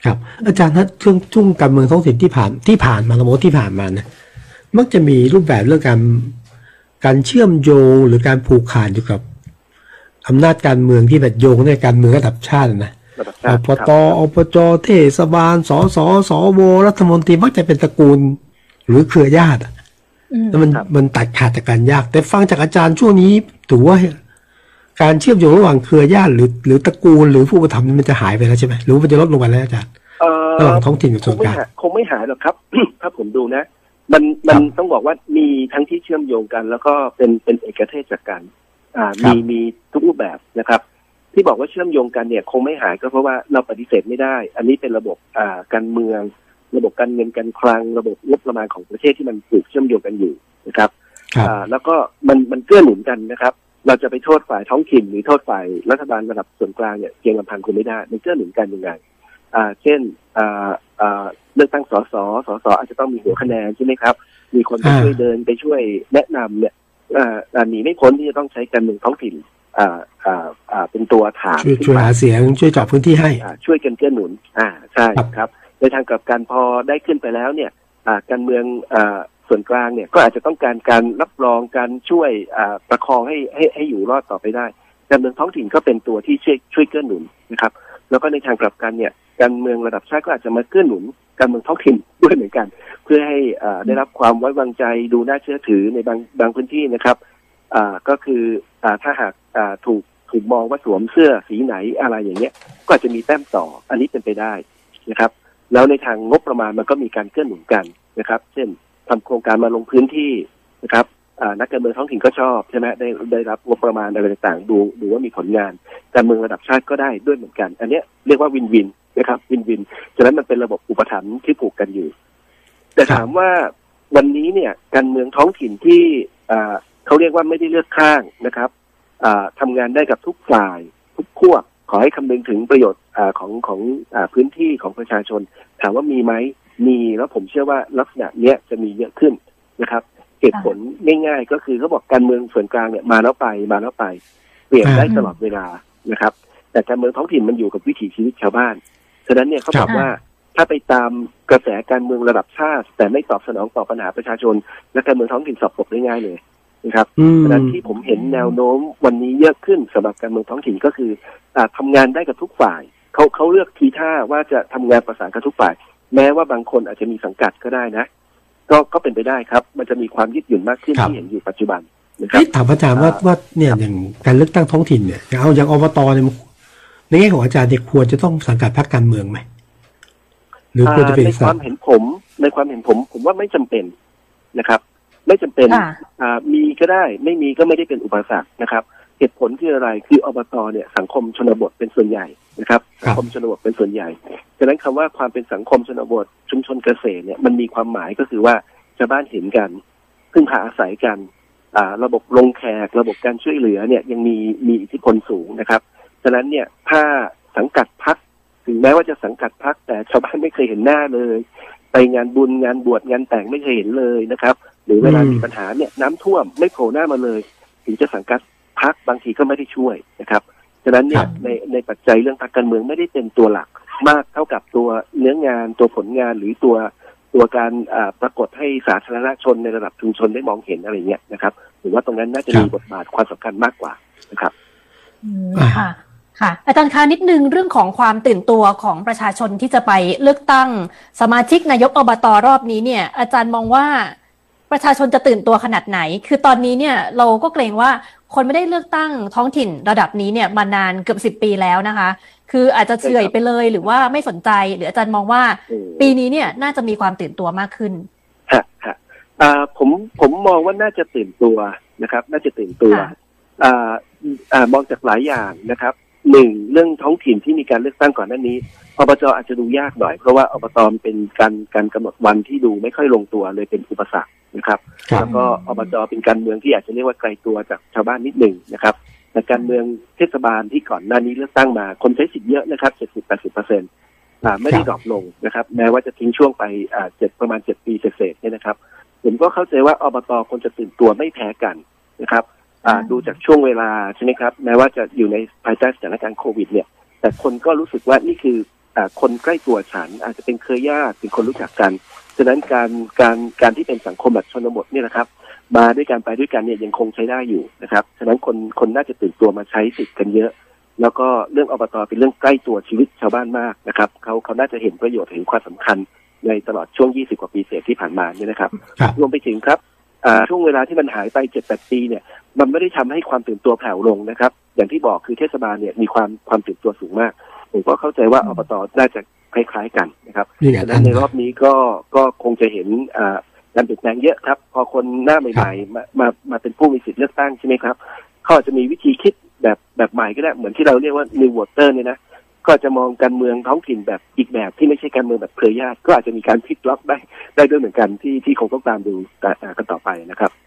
ครับอาจารย์ถ้าช่วงการเมืองท้องถิ่นที่ผ่านมาระบบที่ผ่านมานะมักจะมีรูปแบบเรื่องการเชื่อมโยงหรือการผูกขาดอยู่กับอำนาจการเมืองที่แบบโยงในการเมืองระดับชาตินะอบต.อบจ.เทศบาลสส.สว.รัฐมนตรีมักจะเป็นตระกูลหรือเครือญาติแล้วมันตัดขาดจากการยากแต่ฟังจากอาจารย์ช่วงนี้ถือว่าการเชื่อมโยงระหว่างเครือญาติหรือตระกูลหรือผู้อุปถัมภ์มันจะหายไปแล้วใช่ไหมหรือมันจะลดลงไปแล้วอาจารย์ระหว่างท้องถิ่นกับส่วนกลางคงไม่หายหรอกครับ ถ้าผมดูนะมันต้องบอกว่ามีทั้งที่เชื่อมโยงกันแล้วก็เป็นเอกเทศกันมีทุกรูปแบบนะครับที่บอกว่าเชื่อมโยงกันเนี่ยคงไม่หายก็เพราะว่าเราปฏิเสธไม่ได้อันนี้เป็นระบบการเมืองระบบการเงินการคลังระบบงบประมาณของประเทศที่มันผูกเชื่อมโยงกันอยู่นะครับแล้วก็มันเกื้อหนุนกันนะครับเราจะไปโทษฝ่ายท้องถิ่นหรือโทษฝ่ายรัฐบาลระดับส่วนกลางเนี่ยเพียงลำพังคงไม่ได้มันเกื้อหนุนกันยังไงเช่นเลือกตั้งสสอาจจะต้องมีหัวคะแนนใช่ไหมครับมีคนไปช่วยเดินไปช่วยแนะนำเนี่ยหนีไม่พ้นที่จะต้องใช้การเมืองท้องถิ่นเป็นตัวถามช่วยหาเสียงช่วยเจาะพื้นที่ให้ช่วยกันเกื้อหนุนใช่ครับในทางกับการพอได้ขึ้นไปแล้วเนี่ยการเมืองส่วนกลางเนี่ยก็อาจจะต้องการรับรองการช่วยประคองให้อยู่รอดต่อไปได้การเมืองท้องถิ่นก็เป็นตัวที่ช่วยเกื้อหนุนนะครับแล้วก็ในทางกลับกันเนี่ยการเมืองระดับชาติก็อาจจะมาเกื้อหนุนการเมืองท้องถิ่นด้วยเหมือนกันเพื่อให้ได้รับความไว้วางใจดูน่าเชื่อถือในบางพื้นที่นะครับก็คือถ้าหากถูกมองว่าสวมเสื้อสีไหนอะไรอย่างเงี้ยก็อาจจะมีแต้มต่ออันนี้เป็นไปได้นะครับแล้วในทางงบประมาณมันก็มีการเกื้อหนุนกันนะครับเช่นทำโครงการมาลงพื้นที่นะครับนักการเมืองท้องถิ่นก็ชอบใช่ไหมได้รับงบประมาณอะไรต่างๆดูว่ามีผลงานการเมืองระดับชาติก็ได้ด้วยเหมือนกันอันนี้เรียกว่าวินวินนะครับวินฉะนั้นมันเป็นระบบอุปถัมภ์ที่ผูกกันอยู่แต่ถามว่าวันนี้เนี่ยการเมืองท้องถิ่นที่เขาเรียกว่าไม่ได้เลือกข้างนะครับทำงานได้กับทุกฝ่ายทุกขั้วขอให้คำนึงถึงประโยชน์ของพื้นที่ของประชาชนถามว่ามีไหมมีแล้วผมเชื่อว่าลักษณะเนี้ยจะมีเยอะขึ้นนะครับเหตุผลง่ายๆก็คือเขาบอกการเมืองส่วนกลางเนี่ยมาแล้วไปเปลี่ยนได้ตลอดเวลานะครับแต่การเมืองท้องถิ่นมันอยู่กับวิถีชีวิตชาวบ้านฉะนั้นเนี่ยเขาบอกว่าถ้าไปตามกระแสการเมืองระดับชาติแต่ไม่ตอบสนองต่อปัญหาประชาชนและการเมืองท้องถิ่นสอบตกได้ง่ายเลยนะครับฉะนั้นที่ผมเห็นแนวโน้มวันนี้เยอะขึ้นสำหรับการเมืองท้องถิ่นก็คือทำงานได้กับทุกฝ่ายเขาเลือกทีท่าว่าจะทำงานประสานกับทุกฝ่ายแม้ว่าบางคนอาจจะมีสังกัดก็ได้นะก็เป็นไปได้ครับมันจะมีความยืดหยุ่นมากขึ้นที่เห็นอยู่ปัจจุบันนะครับถามอาจารย์ว่าเนี่ยอย่างการเลือกตั้งท้องถิ่นเนี่ยอย่างอบตเนี่ยในแง่ของอาจารย์เนี่ยควรจะต้องสังกัดพรรคการเมืองไหมหรือควรจะเป็นในความเห็นผมว่าไม่จำเป็นนะครับไม่จำเป็นมีก็ได้ไม่มีก็ไม่ได้เป็นอุปสรรคนะครับเหตุผลคืออะไรคืออบตเนี่ยสังคมชนบทเป็นส่วนใหญ่นะครับสังคมชนบทเป็นส่วนใหญ่ฉะนั้นคำว่าความเป็นสังคมชนบทชุมชนเกษตรเนี่ยมันมีความหมายก็คือว่าชาวบ้านเห็นกันพึ่งพาอาศัยกันระบบลงแขกระบบการช่วยเหลือเนี่ยยังมีอิทธิพลสูงนะครับฉะนั้นเนี่ยถ้าสังกัดพรรคถึงแม้ว่าจะสังกัดพรรคแต่ชาวบ้านไม่เคยเห็นหน้าเลยไปงานบุญงานบวชงานแต่งไม่เคยเห็นเลยนะครับหรือเวลามีปัญหาเนี่ยน้ำท่วมไม่โผล่หน้ามาเลยถึงจะสังกัดพรรคบางทีก็ไม่ได้ช่วยนะครับฉะนั้นเนี่ยในปัจจัยเรื่องพรรคการเมืองไม่ได้เป็นตัวหลักมากเท่ากับตัวเนื้องานตัวผลงานหรือตัวการปรากฏให้สาธารณชนในระดับชุมชนได้มองเห็นอะไรเงี้ยนะครับหรือว่าตรงนั้นน่าจะมีบทบาทความสำคัญมากกว่านะครับค่ะอาจารย์คะนิดนึงเรื่องของความตื่นตัวของประชาชนที่จะไปเลือกตั้งสมาชิกนายกอบต.รอบนี้เนี่ยอาจารย์มองว่าประชาชนจะตื่นตัวขนาดไหนคือตอนนี้เนี่ยเราก็เกรงว่าคนไม่ได้เลือกตั้งท้องถิ่นระดับนี้เนี่ยมานานเกือบ10 ปีแล้วนะคะคืออาจจะเฉยไปเลยหรือว่าไม่สนใจหรืออาจารย์มองว่าปีนี้เนี่ยน่าจะมีความตื่นตัวมากขึ้นผมมองว่าน่าจะตื่นตัวนะครับน่าจะตื่นตัวมองจากหลายอย่างนะครับหนึ่งเรื่องท้องถิ่นที่มีการเลือกตั้งก่อนหน้านี้อบจ.อาจจะดูยากหน่อยเพราะว่าอบต.เป็นการกำหนดวันที่ดูไม่ค่อยลงตัวเลยเป็นอุปสรรคนะครับแล้วก็อบจ.เป็นการเมืองที่อาจจะเรียกว่าไกลตัวจากชาวบ้านนิดหนึ่งนะครับแต่การเมืองเทศบาลที่ก่อนหน้านี้เลือกตั้งมาคนใช้สิทธิ์เยอะนะครับ 70-80% ไม่ได้ดรอปลงนะครับแม้ว่าจะทิ้งช่วงไปประมาณ7 ปีเศษๆเนี่ยนะครับผมก็เข้าใจว่าอบต.ควรจะตื่นตัวไม่แพ้กันนะครับดูจากช่วงเวลาใช่ไหมครับแม้ว่าจะอยู่ในภายใต้สถานการณ์โควิดเนี่ยแต่คนก็รู้สึกว่านี่คือคนใกล้ตัวฉันอาจจะเป็นเครือญาติเป็นคนรู้จักกันฉะนั้นการที่เป็นสังคมแบบชนบทเนี่ยนะครับมาด้วยกันไปด้วยกันเนี่ยยังคงใช้ได้อยู่นะครับฉะนั้นคนน่าจะตื่นตัวมาใช้สิทธิ์กันเยอะแล้วก็เรื่องอบต.เป็นเรื่องใกล้ตัวชีวิตชาวบ้านมากนะครับเขาน่าจะเห็นประโยชน์เห็นความสำคัญในตลอดช่วง20 กว่าปีเศษที่ผ่านมาเนี่ยนะครับรวมไปถึงครับช่วงเวลาที่มันหายไป 7-8 ปีเนี่ยมันไม่ได้ทำให้ความตื่นตัวแผ่วลงนะครับอย่างที่บอกคือเทศบาลเนี่ยมีความตื่นตัวสูงมากผมก็เข้าใจว่าอบต.น่าจะคล้ายๆกันนะครับดังนั้นในรอบนี้ก็คงจะเห็นการเปลี่ยนแปลงเยอะครับพอคนหน้าใหม่ๆมาเป็นผู้มีสิทธิ์เลือกตั้งใช่ไหมครับเขาอาจจะมีวิธีคิดแบบใหม่ก็ได้เหมือนที่เราเรียกว่า new voter เนี่ยนะก็จะมองการเมืองท้องถิ่นแบบอีกแบบที่ไม่ใช่การเมืองแบบเครือญาติก็อาจจะมีการพลิกล็อกได้ด้วยเหมือนกันที่คงต้องตามดูกันต่อไปนะครับ